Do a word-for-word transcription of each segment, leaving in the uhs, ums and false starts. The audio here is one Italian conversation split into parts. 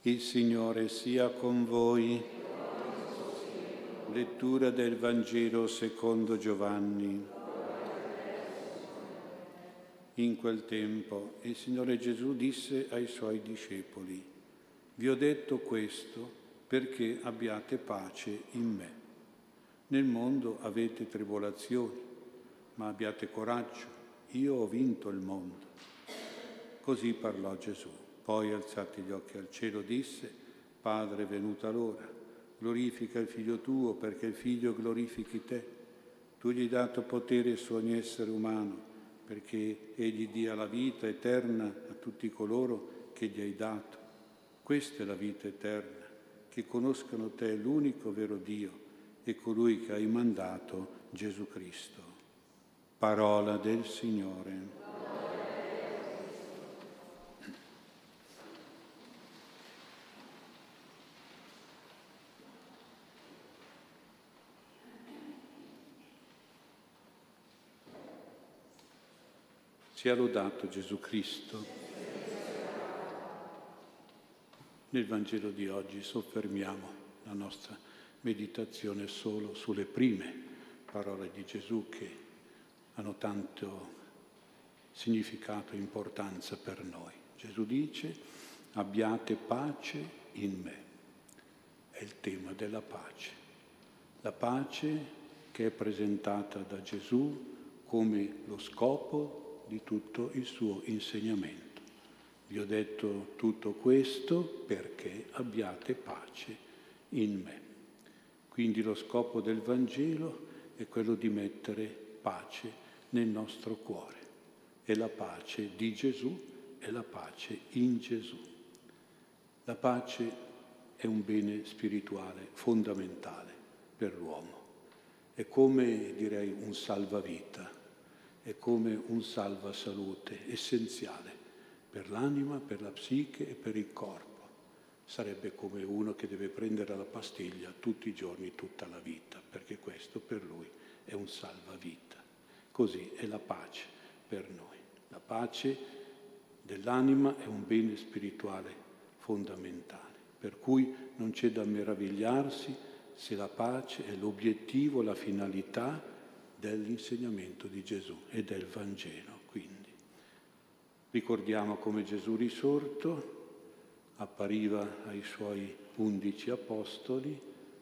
Il Signore sia con voi. Lettura del Vangelo secondo Giovanni. In quel tempo il Signore Gesù disse ai Suoi discepoli: vi ho detto questo perché abbiate pace in me. Nel mondo avete tribolazioni, ma abbiate coraggio, io ho vinto il mondo. Così parlò Gesù. Poi, alzati gli occhi al cielo, disse: Padre, è venuta l'ora, glorifica il Figlio tuo, perché il Figlio glorifichi te. Tu gli hai dato potere su ogni essere umano, perché egli dia la vita eterna a tutti coloro che gli hai dato. Questa è la vita eterna, che conoscano te, l'unico vero Dio, e colui che hai mandato, Gesù Cristo. Parola del Signore. Sia lodato Gesù Cristo. Nel Vangelo di oggi soffermiamo la nostra meditazione solo sulle prime parole di Gesù, che hanno tanto significato e importanza per noi. Gesù dice: abbiate pace in me. È il tema della pace. La pace che è presentata da Gesù come lo scopo di tutto il suo insegnamento. Vi ho detto tutto questo perché abbiate pace in me. Quindi lo scopo del Vangelo è quello di mettere pace nel nostro cuore. È la pace di Gesù, è la pace in Gesù. La pace è un bene spirituale fondamentale per l'uomo. È come, direi, un salvavita. È come un salvasalute essenziale per l'anima, per la psiche e per il corpo. Sarebbe come uno che deve prendere la pastiglia tutti i giorni, tutta la vita, perché questo per lui è un salvavita. Così è la pace per noi. La pace dell'anima è un bene spirituale fondamentale, per cui non c'è da meravigliarsi se la pace è l'obiettivo, la finalità dell'insegnamento di Gesù e del Vangelo. Quindi ricordiamo come Gesù risorto appariva ai suoi undici apostoli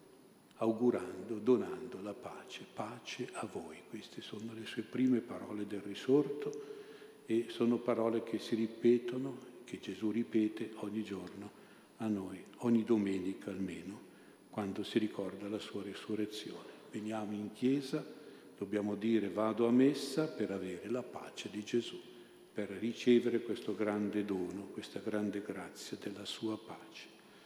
augurando, donando la pace. Pace a voi. Queste sono le sue prime parole del risorto e sono parole che si ripetono, che Gesù ripete ogni giorno a noi, ogni domenica almeno, quando si ricorda la sua risurrezione. Veniamo in chiesa, dobbiamo dire vado a messa per avere la pace di Gesù, per ricevere questo grande dono, questa grande grazia della sua pace.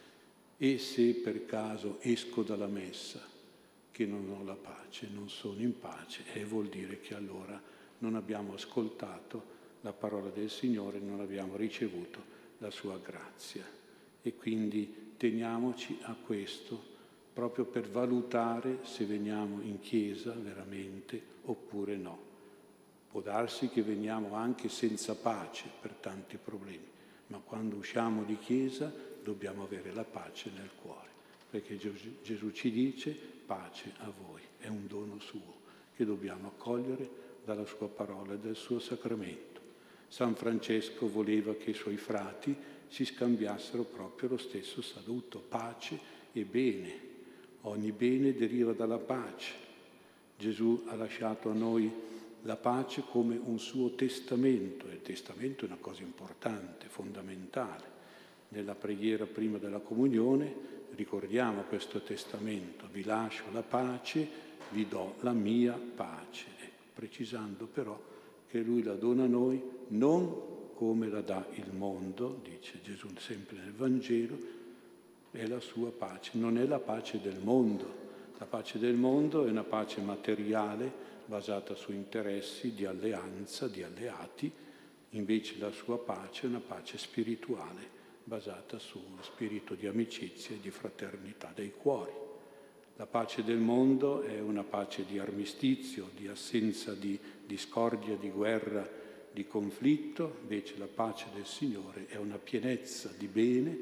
E se per caso esco dalla messa che non ho la pace, non sono in pace, e vuol dire che allora non abbiamo ascoltato la parola del Signore, non abbiamo ricevuto la sua grazia. E quindi teniamoci a questo, proprio per valutare se veniamo in chiesa veramente oppure no. Può darsi che veniamo anche senza pace per tanti problemi, ma quando usciamo di chiesa dobbiamo avere la pace nel cuore, perché Gesù ci dice pace a voi, è un dono suo che dobbiamo accogliere dalla sua parola e dal suo sacramento. San Francesco voleva che i suoi frati si scambiassero proprio lo stesso saluto, pace e bene. Ogni bene deriva dalla pace. Gesù ha lasciato a noi la pace come un suo testamento, e il testamento è una cosa importante, fondamentale. Nella preghiera prima della comunione ricordiamo questo testamento: vi lascio la pace, vi do la mia pace, ecco, precisando però che Lui la dona a noi non come la dà il mondo, dice Gesù sempre nel Vangelo. È la sua pace, non è la pace del mondo. La pace del mondo è una pace materiale basata su interessi di alleanza, di alleati, invece la sua pace è una pace spirituale basata su uno spirito di amicizia e di fraternità dei cuori. La pace del mondo è una pace di armistizio, di assenza di discordia, di guerra, di conflitto, invece la pace del Signore è una pienezza di bene,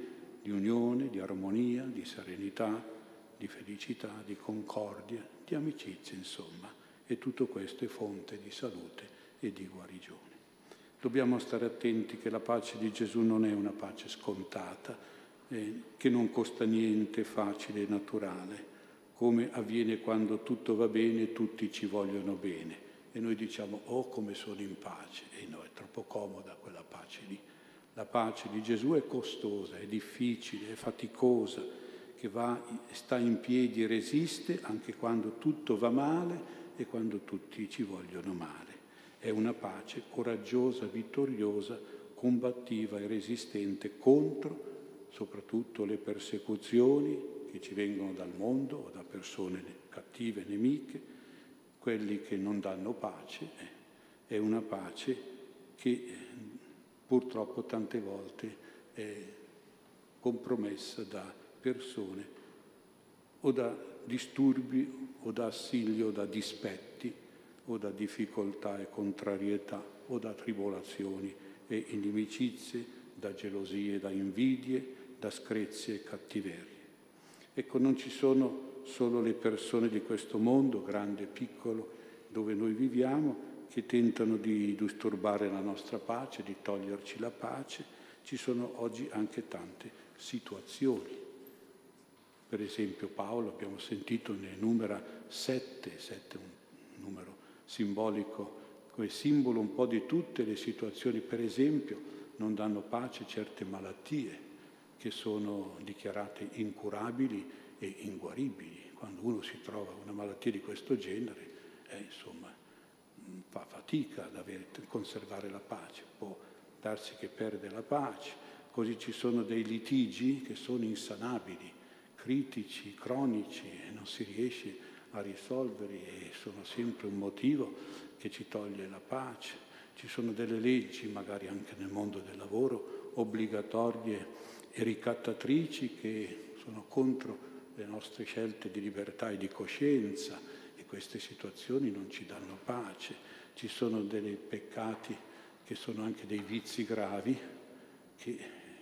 di unione, di armonia, di serenità, di felicità, di concordia, di amicizia, insomma. E tutto questo è fonte di salute e di guarigione. Dobbiamo stare attenti che la pace di Gesù non è una pace scontata, eh, che non costa niente, facile e naturale, come avviene quando tutto va bene e tutti ci vogliono bene. E noi diciamo, oh come sono in pace, e no, è troppo comoda quella pace lì. La pace di Gesù è costosa, è difficile, è faticosa, che va, sta in piedi e resiste anche quando tutto va male e quando tutti ci vogliono male. È una pace coraggiosa, vittoriosa, combattiva e resistente contro soprattutto le persecuzioni che ci vengono dal mondo o da persone cattive, nemiche, quelli che non danno pace. È una pace che purtroppo tante volte è compromessa da persone o da disturbi o da assilio, o da dispetti o da difficoltà e contrarietà o da tribolazioni e inimicizie, da gelosie, da invidie, da screzie e cattiverie. Ecco, non ci sono solo le persone di questo mondo, grande e piccolo, dove noi viviamo, che tentano di disturbare la nostra pace, di toglierci la pace. Ci sono oggi anche tante situazioni. Per esempio Paolo, abbiamo sentito, ne numera sette, sette è un numero simbolico, come simbolo un po' di tutte le situazioni. Per esempio non danno pace certe malattie che sono dichiarate incurabili e inguaribili. Quando uno si trova una malattia di questo genere, eh, insomma, fa fatica ad avere, a conservare la pace, può darsi che perde la pace. Così ci sono dei litigi che sono insanabili, critici, cronici, e non si riesce a risolverli e sono sempre un motivo che ci toglie la pace. Ci sono delle leggi, magari anche nel mondo del lavoro, obbligatorie e ricattatrici che sono contro le nostre scelte di libertà e di coscienza, e queste situazioni non ci danno pace. Ci sono dei peccati che sono anche dei vizi gravi che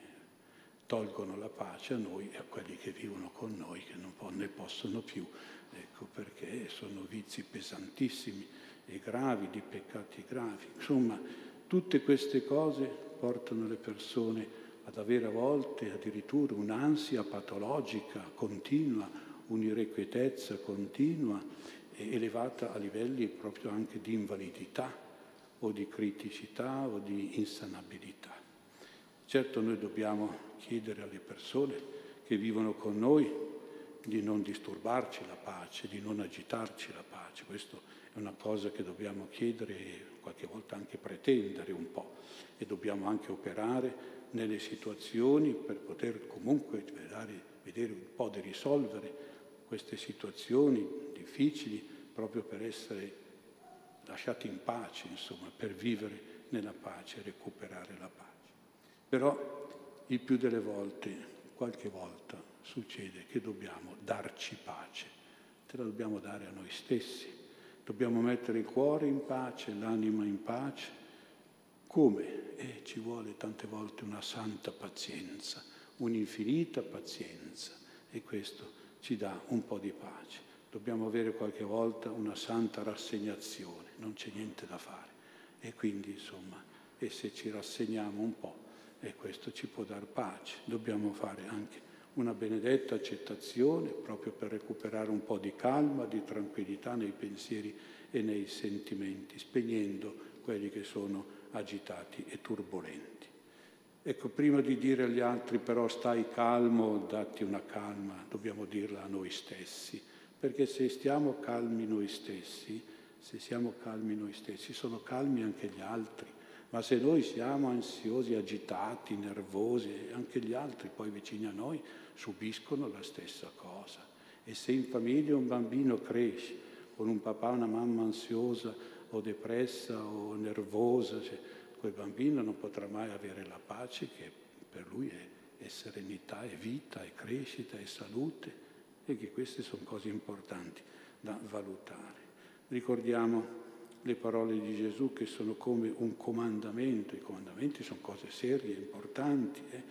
tolgono la pace a noi e a quelli che vivono con noi, che non ne possono più, ecco, perché sono vizi pesantissimi e gravi, di peccati gravi. Insomma, tutte queste cose portano le persone ad avere a volte addirittura un'ansia patologica continua, un'irrequietezza continua, elevata a livelli proprio anche di invalidità o di criticità o di insanabilità. Certo, noi dobbiamo chiedere alle persone che vivono con noi di non disturbarci la pace, di non agitarci la pace. Questo è una cosa che dobbiamo chiedere e qualche volta anche pretendere un po', e dobbiamo anche operare nelle situazioni per poter comunque vedere, vedere un po' di risolvere queste situazioni difficili, proprio per essere lasciati in pace, insomma, per vivere nella pace, recuperare la pace. Però il più delle volte, qualche volta, succede che dobbiamo darci pace, te la dobbiamo dare a noi stessi, dobbiamo mettere il cuore in pace, l'anima in pace. Come? Eh, ci vuole tante volte una santa pazienza, un'infinita pazienza, e questo ci dà un po' di pace. Dobbiamo avere qualche volta una santa rassegnazione, non c'è niente da fare. E quindi, insomma, e se ci rassegniamo un po', e questo ci può dar pace. Dobbiamo fare anche una benedetta accettazione, proprio per recuperare un po' di calma, di tranquillità nei pensieri e nei sentimenti, spegnendo quelli che sono agitati e turbolenti. Ecco, prima di dire agli altri però stai calmo, datti una calma, dobbiamo dirla a noi stessi, perché se stiamo calmi noi stessi, se siamo calmi noi stessi, sono calmi anche gli altri. Ma se noi siamo ansiosi, agitati, nervosi, anche gli altri poi vicini a noi subiscono la stessa cosa. E se in famiglia un bambino cresce con un papà o una mamma ansiosa o depressa o nervosa, cioè, quel bambino non potrà mai avere la pace che per lui è, è serenità, è vita, è crescita, è salute, e che queste sono cose importanti da valutare. Ricordiamo le parole di Gesù che sono come un comandamento. I comandamenti sono cose serie, importanti. Eh?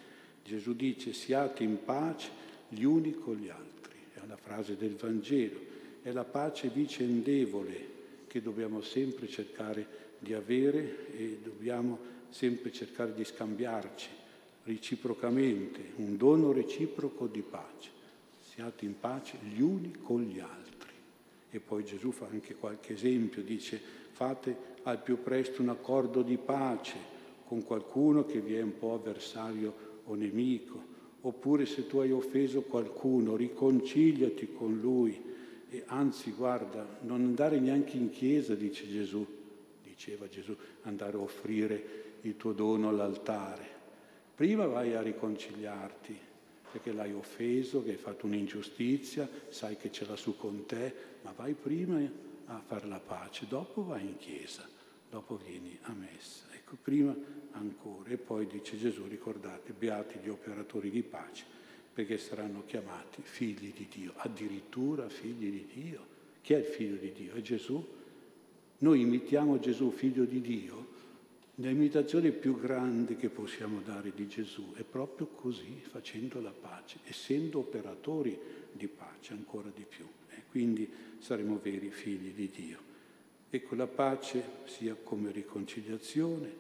Gesù dice: siate in pace gli uni con gli altri. È una frase del Vangelo. È la pace vicendevole che dobbiamo sempre cercare di avere e dobbiamo sempre cercare di scambiarci reciprocamente, un dono reciproco di pace. Siate in pace gli uni con gli altri. E poi Gesù fa anche qualche esempio, dice: fate al più presto un accordo di pace con qualcuno che vi è un po' avversario o nemico, oppure se tu hai offeso qualcuno, riconciliati con lui. E anzi, guarda, non andare neanche in chiesa, dice Gesù, diceva Gesù, andare a offrire il tuo dono all'altare. Prima vai a riconciliarti, perché l'hai offeso, che hai fatto un'ingiustizia, sai che ce l'ha su con te, ma vai prima a fare la pace, dopo vai in chiesa, dopo vieni a messa. Ecco, prima ancora. E poi dice Gesù, ricordate, beati gli operatori di pace, perché saranno chiamati figli di Dio, addirittura figli di Dio. Chi è il figlio di Dio? È Gesù. Noi imitiamo Gesù, figlio di Dio. L'imitazione più grande che possiamo dare di Gesù è proprio così, facendo la pace, essendo operatori di pace ancora di più. E quindi saremo veri figli di Dio. Ecco, la pace sia come riconciliazione,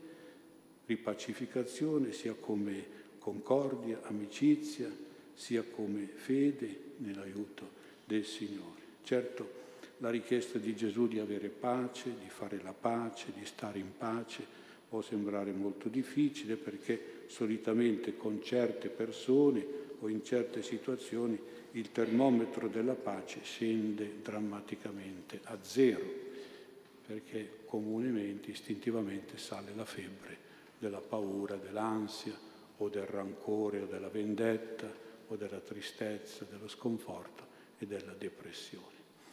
ripacificazione, sia come concordia, amicizia, sia come fede nell'aiuto del Signore. Certo, la richiesta di Gesù di avere pace, di fare la pace, di stare in pace, può sembrare molto difficile perché solitamente con certe persone o in certe situazioni il termometro della pace scende drammaticamente a zero, perché comunemente, istintivamente sale la febbre della paura, dell'ansia o del rancore o della vendetta o della tristezza, dello sconforto e della depressione.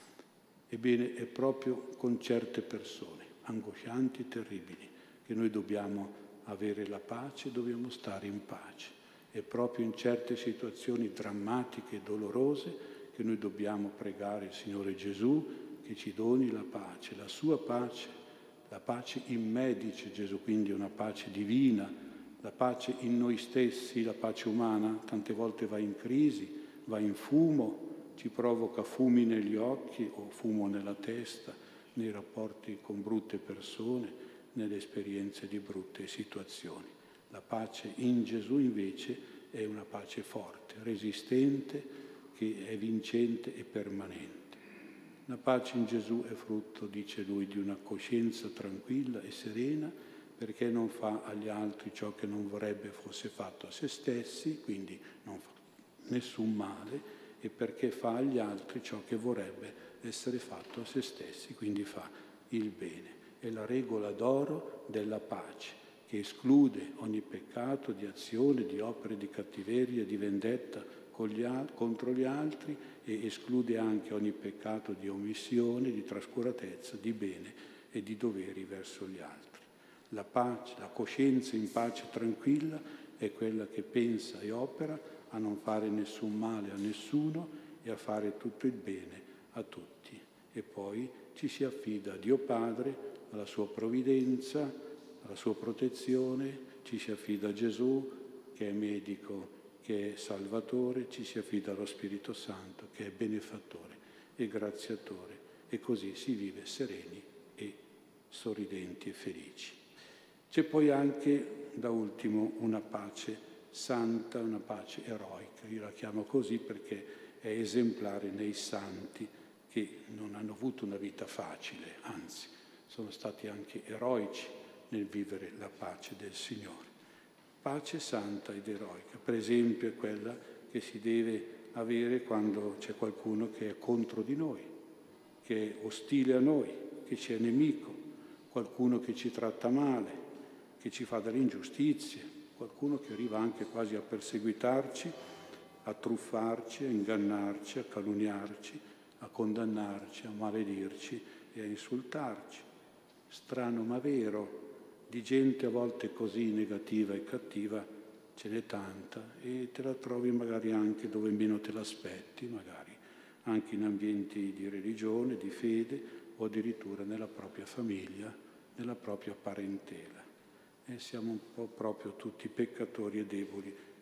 Ebbene, è proprio con certe persone angoscianti e terribili che noi dobbiamo avere la pace, dobbiamo stare in pace. È proprio in certe situazioni drammatiche e dolorose che noi dobbiamo pregare il Signore Gesù che ci doni la pace, la sua pace, la pace in me, dice Gesù, quindi una pace divina, la pace in noi stessi, la pace umana, tante volte va in crisi, va in fumo, ci provoca fumi negli occhi o fumo nella testa, nei rapporti con brutte persone, nelle esperienze di brutte situazioni. La pace in Gesù invece è una pace forte, resistente, che è vincente e permanente. La pace in Gesù è frutto, dice lui, di una coscienza tranquilla e serena, perché non fa agli altri ciò che non vorrebbe fosse fatto a se stessi, quindi non fa nessun male, e perché fa agli altri ciò che vorrebbe essere fatto a se stessi, quindi fa il bene. È la regola d'oro della pace, che esclude ogni peccato di azione, di opere di cattiveria, di vendetta con gli al- contro gli altri e esclude anche ogni peccato di omissione, di trascuratezza, di bene e di doveri verso gli altri. La pace, la coscienza in pace tranquilla è quella che pensa e opera a non fare nessun male a nessuno e a fare tutto il bene a tutti. E poi ci si affida a Dio Padre, alla sua provvidenza, alla sua protezione, ci si affida a Gesù che è medico, che è salvatore, ci si affida allo Spirito Santo che è benefattore e graziatore, e così si vive sereni e sorridenti e felici. C'è poi anche, da ultimo, una pace santa, una pace eroica. Io la chiamo così perché è esemplare nei santi che non hanno avuto una vita facile, anzi, sono stati anche eroici nel vivere la pace del Signore. Pace santa ed eroica, per esempio, è quella che si deve avere quando c'è qualcuno che è contro di noi, che è ostile a noi, che ci è nemico, qualcuno che ci tratta male, che ci fa delle ingiustizie, qualcuno che arriva anche quasi a perseguitarci, a truffarci, a ingannarci, a calunniarci, a condannarci, a maledirci e a insultarci. Strano ma vero, di gente a volte così negativa e cattiva ce n'è tanta e te la trovi magari anche dove meno te l'aspetti, magari anche in ambienti di religione, di fede o addirittura nella propria famiglia, nella propria parentela. E siamo un po' proprio tutti peccatori e deboli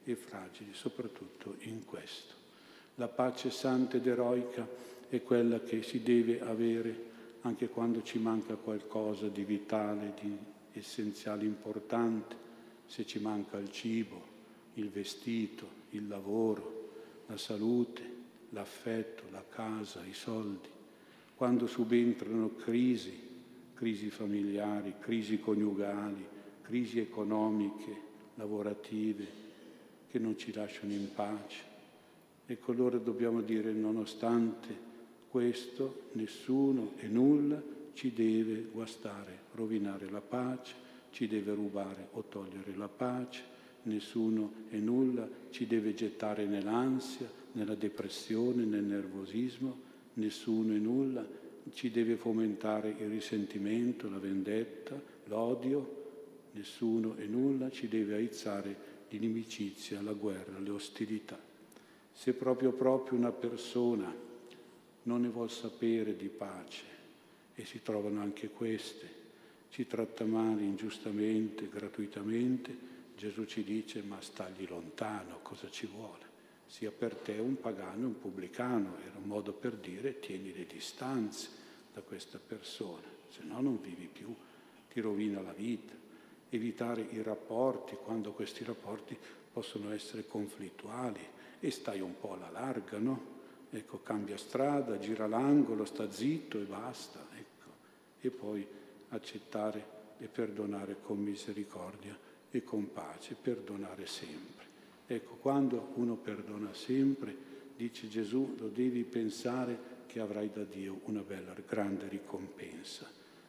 e fragili, soprattutto in questo. La pace santa ed eroica è quella che si deve avere anche quando ci manca qualcosa di vitale, di essenziale, importante, se ci manca il cibo, il vestito, il lavoro, la salute, l'affetto, la casa, i soldi. Quando subentrano crisi, crisi familiari, crisi coniugali, crisi economiche, lavorative, che non ci lasciano in pace. Ecco, allora dobbiamo dire, nonostante questo, nessuno e nulla ci deve guastare, rovinare la pace, ci deve rubare o togliere la pace, nessuno e nulla ci deve gettare nell'ansia, nella depressione, nel nervosismo, nessuno e nulla ci deve fomentare il risentimento, la vendetta, l'odio, nessuno e nulla ci deve aizzare l'inimicizia, la guerra, le ostilità. Se proprio proprio una persona non ne vuol sapere di pace, e si trovano anche queste, ci tratta male ingiustamente, gratuitamente, Gesù ci dice: ma stagli lontano, cosa ci vuole? Sia per te un pagano e un pubblicano, era un modo per dire tieni le distanze da questa persona, se no non vivi più, ti rovina la vita. Evitare i rapporti quando questi rapporti possono essere conflittuali e stai un po' alla larga, no? Ecco, cambia strada, gira l'angolo, sta zitto e basta, ecco. E poi accettare e perdonare con misericordia e con pace, perdonare sempre. Ecco, quando uno perdona sempre, dice Gesù, lo devi pensare che avrai da Dio una bella, grande ricompensa,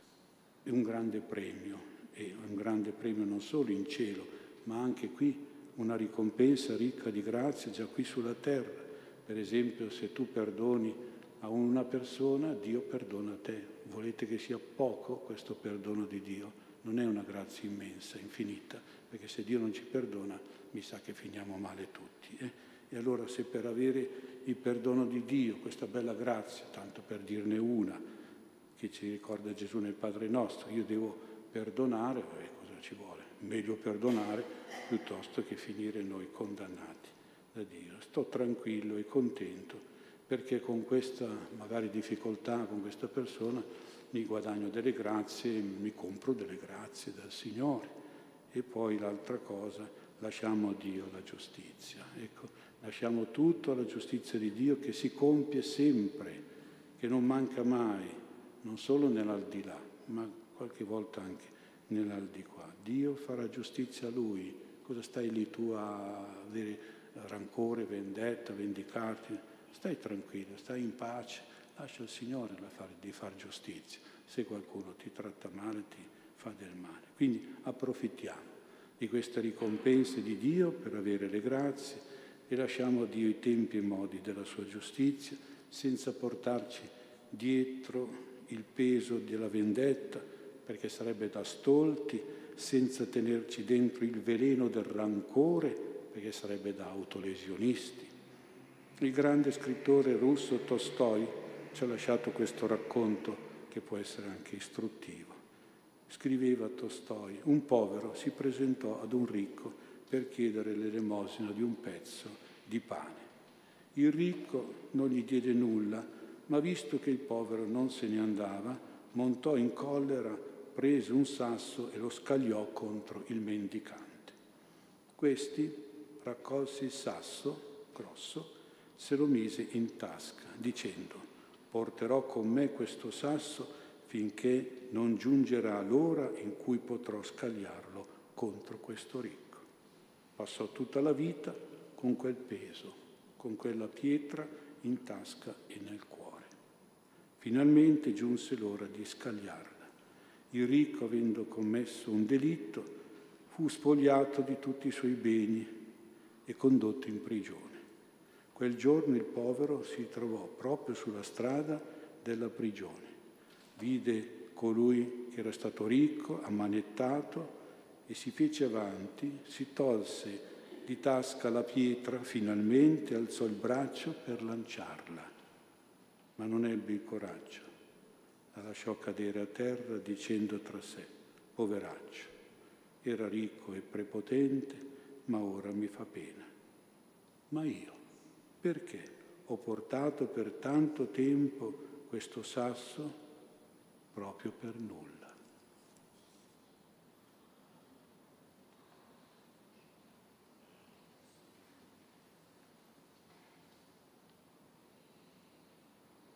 e un grande premio, e un grande premio non solo in cielo, ma anche qui, una ricompensa ricca di grazia già qui sulla terra. Per esempio, se tu perdoni a una persona, Dio perdona a te. Volete che sia poco questo perdono di Dio? Non è una grazia immensa, infinita, perché se Dio non ci perdona, mi sa che finiamo male tutti. Eh? E allora se per avere il perdono di Dio, questa bella grazia, tanto per dirne una, che ci ricorda Gesù nel Padre Nostro, io devo perdonare, eh, cosa ci vuole? Meglio perdonare piuttosto che finire noi condannati da Dio. Sto tranquillo e contento perché con questa magari difficoltà, con questa persona, mi guadagno delle grazie, mi compro delle grazie dal Signore. E poi l'altra cosa, lasciamo a Dio la giustizia. Ecco, lasciamo tutto alla giustizia di Dio che si compie sempre, che non manca mai, non solo nell'aldilà, ma qualche volta anche nell'aldilà. Dio farà giustizia a Lui. Cosa stai lì tu a avere rancore, vendetta, vendicarti? Stai tranquillo, stai in pace, lascia il Signore di far giustizia. Se qualcuno ti tratta male, ti fa del male. Quindi approfittiamo di queste ricompense di Dio per avere le grazie e lasciamo a Dio i tempi e i modi della sua giustizia senza portarci dietro il peso della vendetta, perché sarebbe da stolti, senza tenerci dentro il veleno del rancore, perché sarebbe da autolesionisti. Il grande scrittore russo Tolstoj ci ha lasciato questo racconto che può essere anche istruttivo. Scriveva Tolstoj: un povero si presentò ad un ricco per chiedere l'elemosina di un pezzo di pane. Il ricco non gli diede nulla, ma visto che il povero non se ne andava, montò in collera, prese un sasso e lo scagliò contro il mendicante. Questi raccolse il sasso grosso, se lo mise in tasca, dicendo: porterò con me questo sasso finché non giungerà l'ora in cui potrò scagliarlo contro questo ricco. Passò tutta la vita con quel peso, con quella pietra in tasca e nel cuore. Finalmente giunse l'ora di scagliarla. Il ricco, avendo commesso un delitto, fu spogliato di tutti i suoi beni e condotto in prigione. Quel giorno il povero si trovò proprio sulla strada della prigione. Vide colui che era stato ricco, ammanettato, e si fece avanti, si tolse di tasca la pietra, finalmente alzò il braccio per lanciarla, ma non ebbe il coraggio. La lasciò cadere a terra dicendo tra sé: poveraccio, era ricco e prepotente, ma ora mi fa pena. Ma io, perché ho portato per tanto tempo questo sasso? Proprio per nulla.